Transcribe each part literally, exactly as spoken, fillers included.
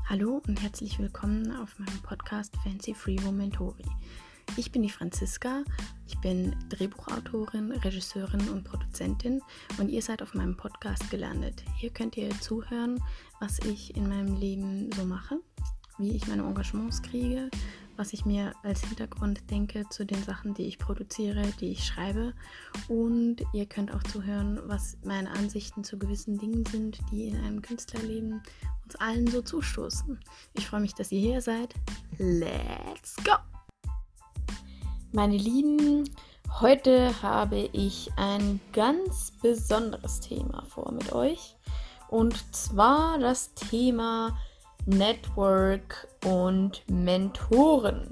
Hallo und herzlich willkommen auf meinem Podcast Fancy Free Momentori. Ich bin die Franziska, ich bin Drehbuchautorin, Regisseurin und Produzentin und ihr seid auf meinem Podcast gelandet. Hier könnt ihr zuhören, was ich in meinem Leben so mache, wie ich meine Engagements kriege, was ich mir als Hintergrund denke zu den Sachen, die ich produziere, die ich schreibe. Und ihr könnt auch zuhören, was meine Ansichten zu gewissen Dingen sind, die in einem Künstlerleben uns allen so zustoßen. Ich freue mich, dass ihr hier seid. Let's go! Meine Lieben, heute habe ich ein ganz besonderes Thema vor mit euch. Und zwar das Thema Network und Mentoren.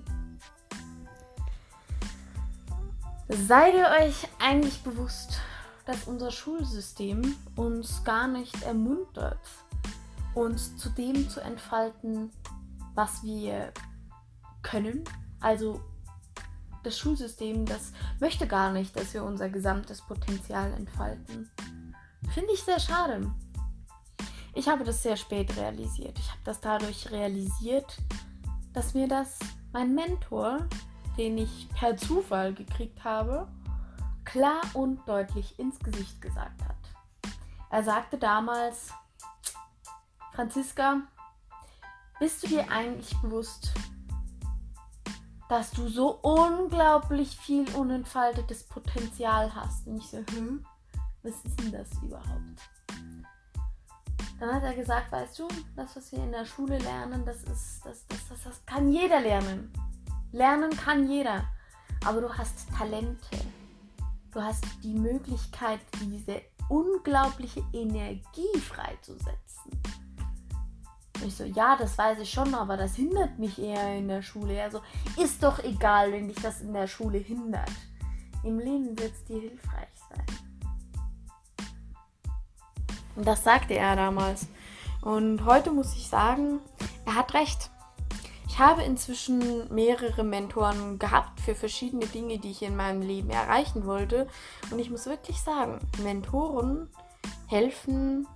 Seid ihr euch eigentlich bewusst, dass unser Schulsystem uns gar nicht ermuntert, uns zu dem zu entfalten, was wir können? Also das Schulsystem, das möchte gar nicht, dass wir unser gesamtes Potenzial entfalten. Finde ich sehr schade. Ich habe das sehr spät realisiert. Ich habe das dadurch realisiert, dass mir das mein Mentor, den ich per Zufall gekriegt habe, klar und deutlich ins Gesicht gesagt hat. Er sagte damals: Franziska, bist du dir eigentlich bewusst, dass du so unglaublich viel unentfaltetes Potenzial hast? Und ich so, hm, was ist denn das überhaupt? Dann hat er gesagt, weißt du, das, was wir in der Schule lernen, das ist, das, das, das, das kann jeder lernen. Lernen kann jeder. Aber du hast Talente. Du hast die Möglichkeit, diese unglaubliche Energie freizusetzen. Und ich so, ja, das weiß ich schon, aber das hindert mich eher in der Schule. Also ist doch egal, wenn dich das in der Schule hindert. Im Leben wird es dir hilfreich sein. Und das sagte er damals. Und heute muss ich sagen, er hat recht. Ich habe inzwischen mehrere Mentoren gehabt für verschiedene Dinge, die ich in meinem Leben erreichen wollte. Und ich muss wirklich sagen, Mentoren helfen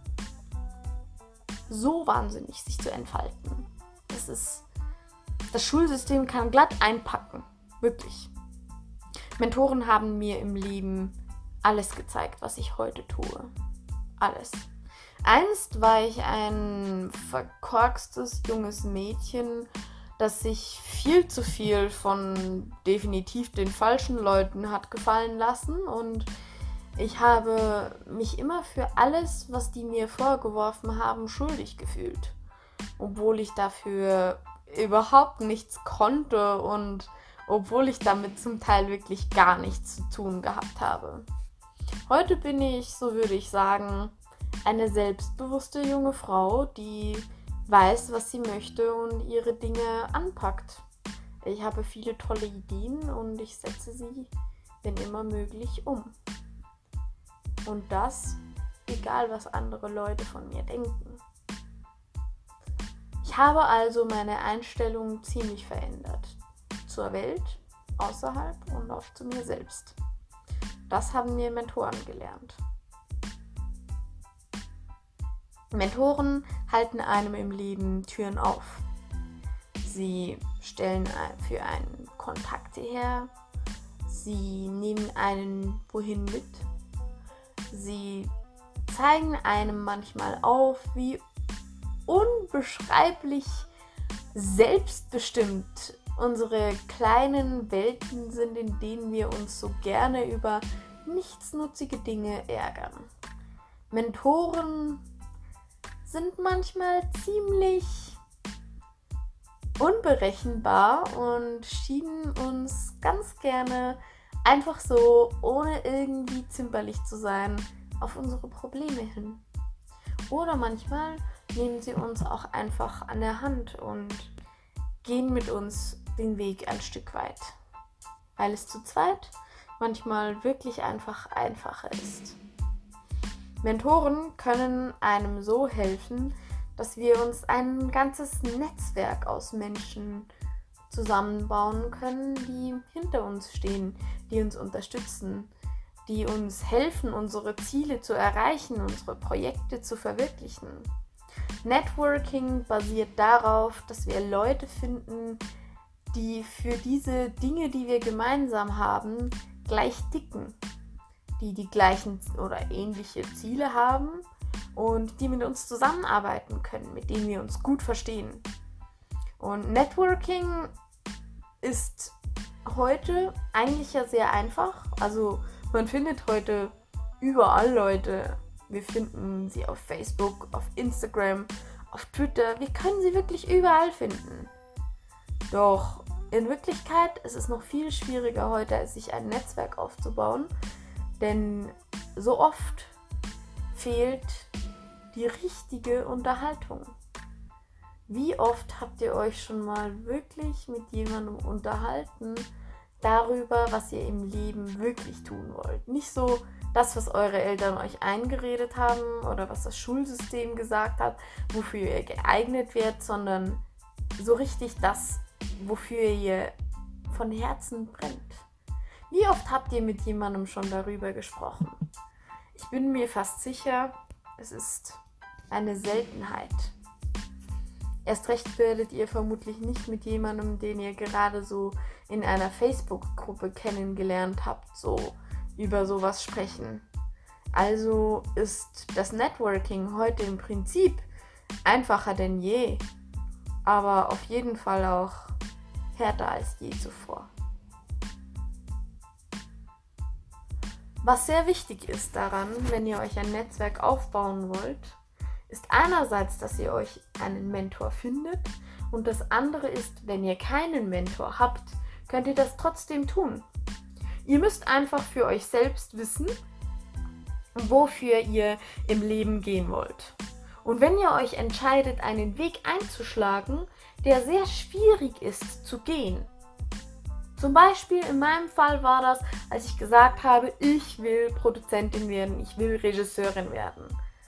so wahnsinnig, sich zu entfalten. Das ist, das Schulsystem kann glatt einpacken. Wirklich. Mentoren haben mir im Leben alles gezeigt, was ich heute tue. Alles. Einst war ich ein verkorkstes junges Mädchen, das sich viel zu viel von definitiv den falschen Leuten hat gefallen lassen, und ich habe mich immer für alles, was die mir vorgeworfen haben, schuldig gefühlt, obwohl ich dafür überhaupt nichts konnte und obwohl ich damit zum Teil wirklich gar nichts zu tun gehabt habe. Heute bin ich, so würde ich sagen, eine selbstbewusste junge Frau, die weiß, was sie möchte und ihre Dinge anpackt. Ich habe viele tolle Ideen und ich setze sie, wenn immer möglich, um. Und das, egal was andere Leute von mir denken. Ich habe also meine Einstellung ziemlich verändert. Zur Welt, außerhalb und auch zu mir selbst. Das haben mir Mentoren gelernt. Mentoren halten einem im Leben Türen auf. Sie stellen für einen Kontakte her. Sie nehmen einen wohin mit. Sie zeigen einem manchmal auf, wie unbeschreiblich selbstbestimmt unsere kleinen Welten sind, in denen wir uns so gerne über nichtsnutzige Dinge ärgern. Mentoren sind manchmal ziemlich unberechenbar und schieben uns ganz gerne einfach so, ohne irgendwie zimperlich zu sein, auf unsere Probleme hin. Oder manchmal nehmen sie uns auch einfach an der Hand und gehen mit uns den Weg ein Stück weit, weil es zu zweit manchmal wirklich einfach einfacher ist. Mentoren können einem so helfen, dass wir uns ein ganzes Netzwerk aus Menschen zusammenbauen können, die hinter uns stehen, die uns unterstützen, die uns helfen, unsere Ziele zu erreichen, unsere Projekte zu verwirklichen. Networking basiert darauf, dass wir Leute finden, die für diese Dinge, die wir gemeinsam haben, gleich ticken, die die gleichen oder ähnliche Ziele haben und die mit uns zusammenarbeiten können, mit denen wir uns gut verstehen. Und Networking ist heute eigentlich ja sehr einfach. Also man findet heute überall Leute. Wir finden sie auf Facebook, auf Instagram, auf Twitter. Wir können sie wirklich überall finden. Doch in Wirklichkeit ist es noch viel schwieriger heute, sich ein Netzwerk aufzubauen, denn so oft fehlt die richtige Unterhaltung. Wie oft habt ihr euch schon mal wirklich mit jemandem unterhalten darüber, was ihr im Leben wirklich tun wollt? Nicht so das, was eure Eltern euch eingeredet haben oder was das Schulsystem gesagt hat, wofür ihr geeignet werdet, sondern so richtig das, wofür ihr von Herzen brennt. Wie oft habt ihr mit jemandem schon darüber gesprochen? Ich bin mir fast sicher, es ist eine Seltenheit. Erst recht werdet ihr vermutlich nicht mit jemandem, den ihr gerade so in einer Facebook-Gruppe kennengelernt habt, so über sowas sprechen. Also ist das Networking heute im Prinzip einfacher denn je, aber auf jeden Fall auch härter als je zuvor. Was sehr wichtig ist daran, wenn ihr euch ein Netzwerk aufbauen wollt, ist einerseits, dass ihr euch einen Mentor findet und das andere ist, wenn ihr keinen Mentor habt, könnt ihr das trotzdem tun. Ihr müsst einfach für euch selbst wissen, wofür ihr im Leben gehen wollt. Und wenn ihr euch entscheidet, einen Weg einzuschlagen, der sehr schwierig ist zu gehen. Zum Beispiel in meinem Fall war das, als ich gesagt habe, ich will Produzentin werden, ich will Regisseurin werden.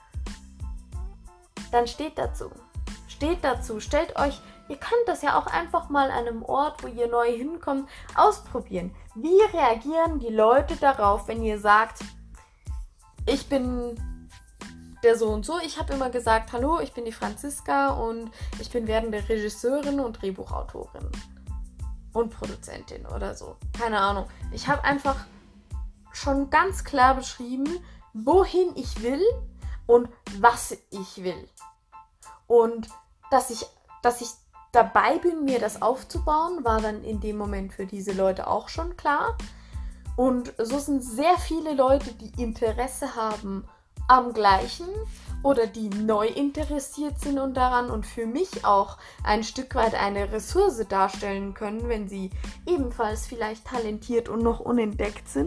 Dann steht dazu. Steht dazu, stellt euch, ihr könnt das ja auch einfach mal an einem Ort, wo ihr neu hinkommt, ausprobieren. Wie reagieren die Leute darauf, wenn ihr sagt, ich bin der so und so, ich habe immer gesagt, hallo, ich bin die Franziska und ich bin werdende Regisseurin und Drehbuchautorin und Produzentin oder so. Keine Ahnung. Ich habe einfach schon ganz klar beschrieben, wohin ich will und was ich will. Und dass ich, dass ich dabei bin, mir das aufzubauen, war dann in dem Moment für diese Leute auch schon klar. Und so sind sehr viele Leute, die Interesse haben am Gleichen oder die neu interessiert sind und daran und für mich auch ein Stück weit eine Ressource darstellen können, wenn sie ebenfalls vielleicht talentiert und noch unentdeckt sind.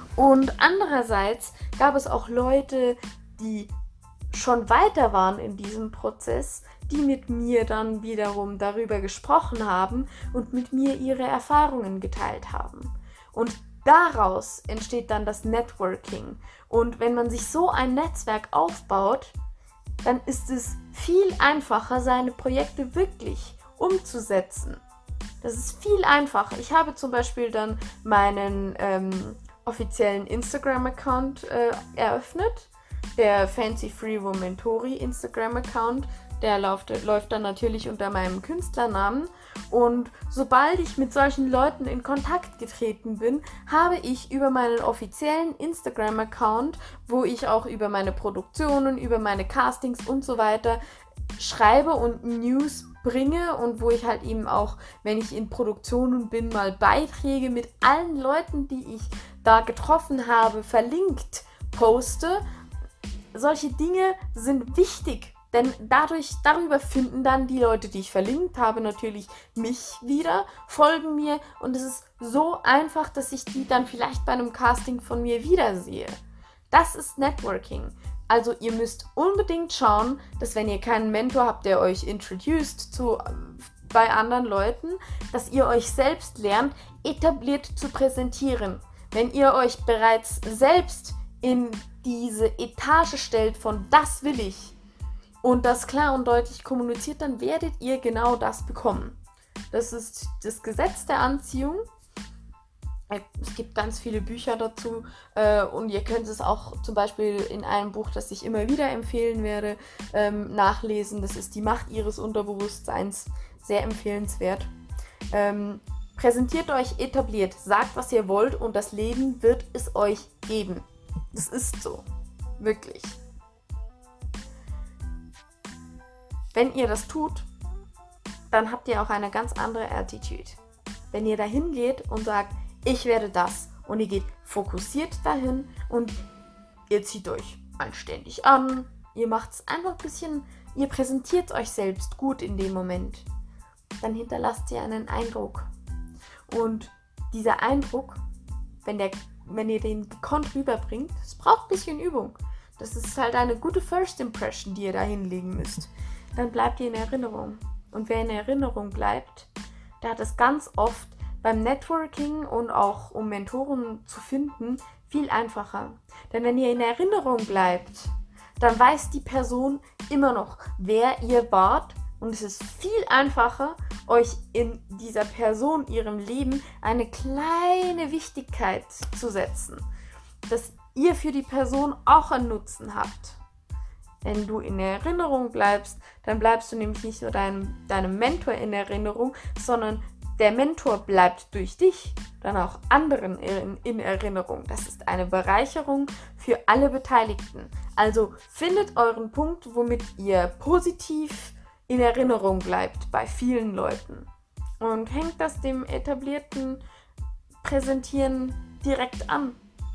Und andererseits gab es auch Leute, die schon weiter waren in diesem Prozess, die mit mir dann wiederum darüber gesprochen haben und mit mir ihre Erfahrungen geteilt haben. Und daraus entsteht dann das Networking. Und wenn man sich so ein Netzwerk aufbaut, dann ist es viel einfacher, seine Projekte wirklich umzusetzen. Das ist viel einfacher. Ich habe zum Beispiel dann meinen ähm, offiziellen Instagram-Account äh, eröffnet. Der Fancy Free Womentori Instagram-Account, der läuft, läuft dann natürlich unter meinem Künstlernamen. Und sobald ich mit solchen Leuten in Kontakt getreten bin, habe ich über meinen offiziellen Instagram-Account, wo ich auch über meine Produktionen, über meine Castings und so weiter schreibe und News bringe und wo ich halt eben auch, wenn ich in Produktionen bin, mal Beiträge mit allen Leuten, die ich da getroffen habe, verlinkt poste. Solche Dinge sind wichtig, denn dadurch, darüber finden dann die Leute, die ich verlinkt habe, natürlich mich wieder, folgen mir und es ist so einfach, dass ich die dann vielleicht bei einem Casting von mir wiedersehe. Das ist Networking. Also ihr müsst unbedingt schauen, dass wenn ihr keinen Mentor habt, der euch introduced zu, bei anderen Leuten, dass ihr euch selbst lernt, etabliert zu präsentieren. Wenn ihr euch bereits selbst in diese Etage stellt von das will ich und das klar und deutlich kommuniziert, dann werdet ihr genau das bekommen. Das ist das Gesetz der Anziehung. Es gibt ganz viele Bücher dazu äh, und ihr könnt es auch zum Beispiel in einem Buch, das ich immer wieder empfehlen werde, ähm, nachlesen. Das ist Die Macht ihres Unterbewusstseins. Sehr empfehlenswert. Ähm, präsentiert euch etabliert, sagt, was ihr wollt und das Leben wird es euch geben. Das ist so. Wirklich. Wenn ihr das tut, dann habt ihr auch eine ganz andere Attitude. Wenn ihr dahin geht und sagt, ich werde das und ihr geht fokussiert dahin und ihr zieht euch anständig an, ihr macht es einfach ein bisschen, ihr präsentiert euch selbst gut in dem Moment, dann hinterlasst ihr einen Eindruck. Und dieser Eindruck, wenn, der, wenn ihr den gekonnt rüberbringt, es braucht ein bisschen Übung. Das ist halt eine gute First Impression, die ihr da hinlegen müsst. Dann bleibt ihr in Erinnerung. Und wer in Erinnerung bleibt, der hat es ganz oft beim Networking und auch um Mentoren zu finden, viel einfacher. Denn wenn ihr in Erinnerung bleibt, dann weiß die Person immer noch, wer ihr wart. Und es ist viel einfacher, euch in dieser Person, ihrem Leben, eine kleine Wichtigkeit zu setzen. Dass ihr für die Person auch einen Nutzen habt. Wenn du in Erinnerung bleibst, dann bleibst du nämlich nicht nur deinem, deinem Mentor in Erinnerung, sondern der Mentor bleibt durch dich dann auch anderen in, in Erinnerung. Das ist eine Bereicherung für alle Beteiligten. Also findet euren Punkt, womit ihr positiv in Erinnerung bleibt bei vielen Leuten. Und hängt das dem etablierten Präsentieren direkt an.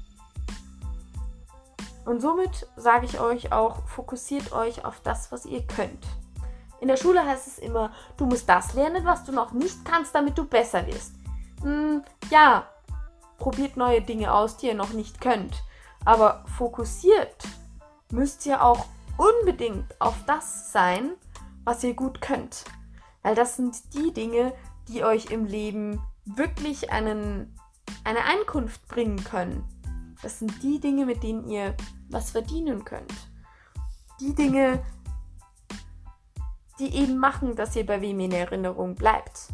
Und somit sage ich euch auch, fokussiert euch auf das, was ihr könnt. In der Schule heißt es immer, du musst das lernen, was du noch nicht kannst, damit du besser wirst. Hm, ja, probiert neue Dinge aus, die ihr noch nicht könnt. Aber fokussiert müsst ihr auch unbedingt auf das sein, was ihr gut könnt. Weil das sind die Dinge, die euch im Leben wirklich einen, eine Einkunft bringen können. Das sind die Dinge, mit denen ihr was verdienen könnt. Die Dinge, die eben machen, dass ihr bei wem in Erinnerung bleibt.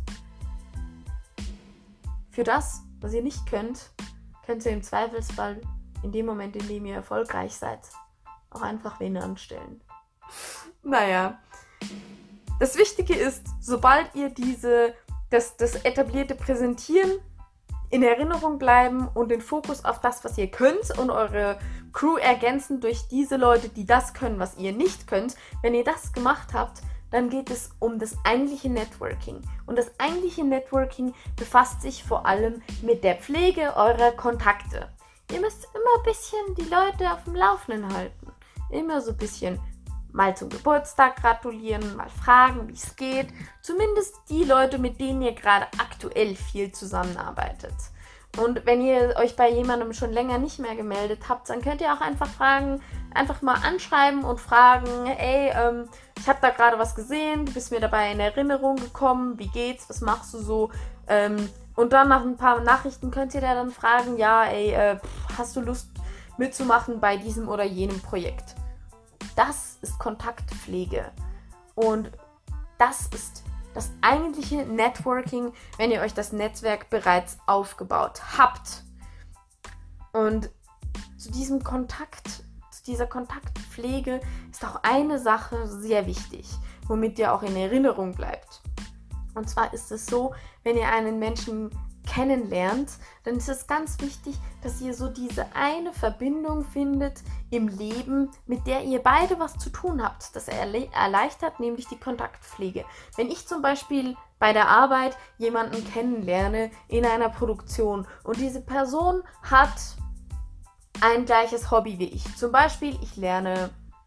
Für das, was ihr nicht könnt, könnt ihr im Zweifelsfall in dem Moment, in dem ihr erfolgreich seid, auch einfach wen anstellen. Naja, das Wichtige ist, sobald ihr diese, das, das etablierte Präsentieren in Erinnerung bleiben und den Fokus auf das, was ihr könnt und eure Crew ergänzen durch diese Leute, die das können, was ihr nicht könnt. Wenn ihr das gemacht habt, dann geht es um das eigentliche Networking. Und das eigentliche Networking befasst sich vor allem mit der Pflege eurer Kontakte. Ihr müsst immer ein bisschen die Leute auf dem Laufenden halten. Immer so ein bisschen mal zum Geburtstag gratulieren, mal fragen, wie es geht. Zumindest die Leute, mit denen ihr gerade aktuell viel zusammenarbeitet. Und wenn ihr euch bei jemandem schon länger nicht mehr gemeldet habt, dann könnt ihr auch einfach fragen, einfach mal anschreiben und fragen, ey, ähm, ich habe da gerade was gesehen, du bist mir dabei in Erinnerung gekommen, wie geht's, was machst du so? Ähm, und dann nach ein paar Nachrichten könnt ihr da dann fragen, ja, ey, äh, hast du Lust mitzumachen bei diesem oder jenem Projekt? Das ist Kontaktpflege und das ist das eigentliche Networking, wenn ihr euch das Netzwerk bereits aufgebaut habt. Und zu diesem Kontakt, zu dieser Kontaktpflege ist auch eine Sache sehr wichtig, womit ihr auch in Erinnerung bleibt. Und zwar ist es so, wenn ihr einen Menschen kennenlernt, dann ist es ganz wichtig, dass ihr so diese eine Verbindung findet im Leben, mit der ihr beide was zu tun habt. Das erle- erleichtert nämlich die Kontaktpflege. Wenn ich zum Beispiel bei der Arbeit jemanden kennenlerne in einer Produktion und diese Person hat ein gleiches Hobby wie ich. Zum Beispiel, ich lerne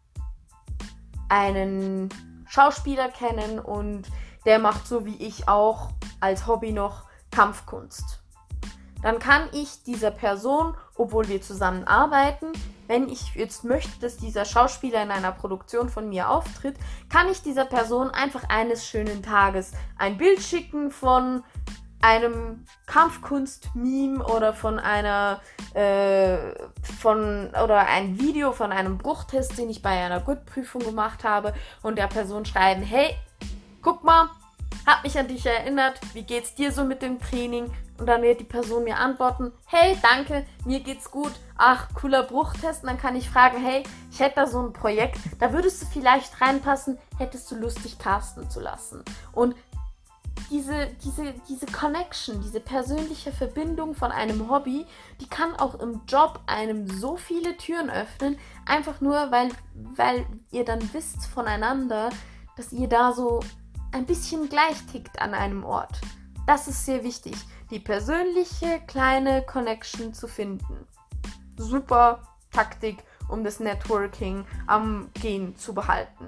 einen Schauspieler kennen und der macht so wie ich auch als Hobby noch Kampfkunst. Dann kann ich dieser Person, obwohl wir zusammen arbeiten, wenn ich jetzt möchte, dass dieser Schauspieler in einer Produktion von mir auftritt, kann ich dieser Person einfach eines schönen Tages ein Bild schicken von einem Kampfkunst-Meme oder von einer äh, von oder ein Video von einem Bruchtest, den ich bei einer Gutprüfung gemacht habe und der Person schreiben, hey, guck mal, hab mich an dich erinnert, wie geht's dir so mit dem Training? und dann wird die Person mir antworten, hey, danke, mir geht's gut, ach, cooler Bruchtest. Und dann kann ich fragen, hey, ich hätte da so ein Projekt, da würdest du vielleicht reinpassen, hättest du Lust, dich casten zu lassen. Und diese, diese, diese Connection, diese persönliche Verbindung von einem Hobby, die kann auch im Job einem so viele Türen öffnen, einfach nur, weil, weil ihr dann wisst voneinander, dass ihr da so ein bisschen gleich tickt an einem Ort. Das ist sehr wichtig, die persönliche kleine Connection zu finden. Super Taktik, um das Networking am Gehen zu behalten.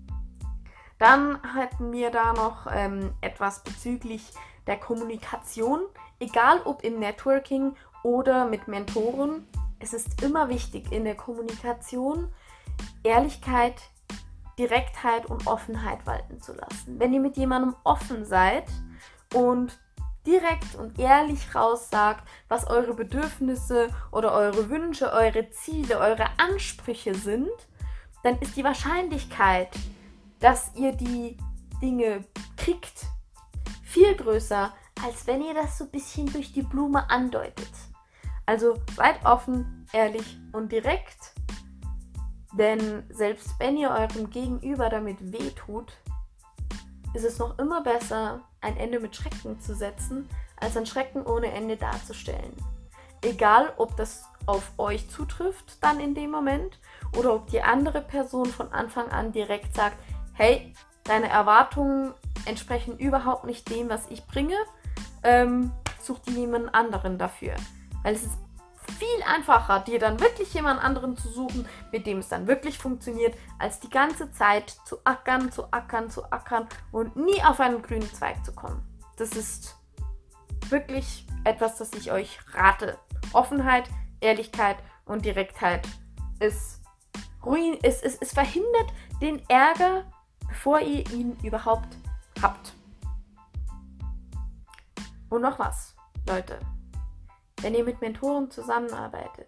Dann hatten wir da noch ähm, etwas bezüglich der Kommunikation. Egal ob im Networking oder mit Mentoren, es ist immer wichtig in der Kommunikation Ehrlichkeit, Direktheit und Offenheit walten zu lassen. Wenn ihr mit jemandem offen seid und direkt und ehrlich raussagt, was eure Bedürfnisse oder eure Wünsche, eure Ziele, eure Ansprüche sind, dann ist die Wahrscheinlichkeit, dass ihr die Dinge kriegt, viel größer, als wenn ihr das so ein bisschen durch die Blume andeutet. Also seid offen, ehrlich und direkt, denn selbst wenn ihr eurem Gegenüber damit wehtut, ist es noch immer besser, ein Ende mit Schrecken zu setzen, als ein Schrecken ohne Ende darzustellen. Egal, ob das auf euch zutrifft dann in dem Moment oder ob die andere Person von Anfang an direkt sagt, hey, deine Erwartungen entsprechen überhaupt nicht dem, was ich bringe, ähm, such dir jemanden anderen dafür. Weil es ist viel einfacher, dir dann wirklich jemand anderen zu suchen, mit dem es dann wirklich funktioniert, als die ganze Zeit zu ackern, zu ackern, zu ackern und nie auf einen grünen Zweig zu kommen. Das ist wirklich etwas, das ich euch rate. Offenheit, Ehrlichkeit und Direktheit ist ruin, es, es, es verhindert den Ärger, bevor ihr ihn überhaupt habt. Und noch was, Leute. Wenn ihr mit Mentoren zusammenarbeitet,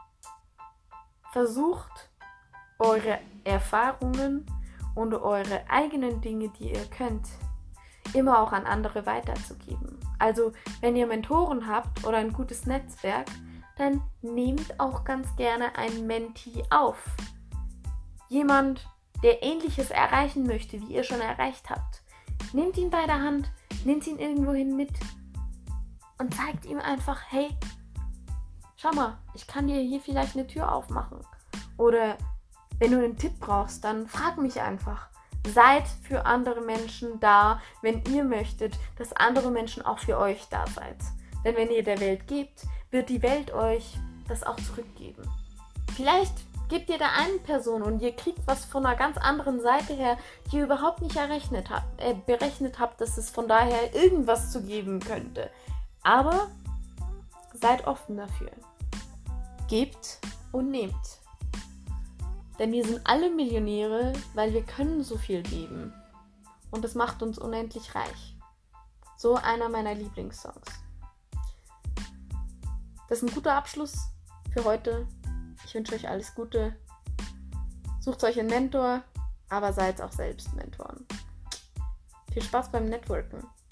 versucht eure Erfahrungen und eure eigenen Dinge, die ihr könnt, immer auch an andere weiterzugeben. Also wenn ihr Mentoren habt oder ein gutes Netzwerk, dann nehmt auch ganz gerne einen Mentee auf. Jemand, der Ähnliches erreichen möchte, wie ihr schon erreicht habt. Nehmt ihn bei der Hand, nehmt ihn irgendwohin mit und zeigt ihm einfach, hey, schau mal, ich kann dir hier vielleicht eine Tür aufmachen. Oder wenn du einen Tipp brauchst, dann frag mich einfach. Seid für andere Menschen da, wenn ihr möchtet, dass andere Menschen auch für euch da seid. Denn wenn ihr der Welt gebt, wird die Welt euch das auch zurückgeben. Vielleicht gebt ihr der einen Person und ihr kriegt was von einer ganz anderen Seite her, die ihr überhaupt nicht errechnet habt, äh, berechnet habt, dass es von daher irgendwas zu geben könnte. Aber seid offen dafür. Gebt und nehmt. Denn wir sind alle Millionäre, weil wir können so viel geben. Und das macht uns unendlich reich. So einer meiner Lieblingssongs. Das ist ein guter Abschluss für heute. Ich wünsche euch alles Gute. Sucht euch einen Mentor, aber seid auch selbst Mentoren. Viel Spaß beim Networken.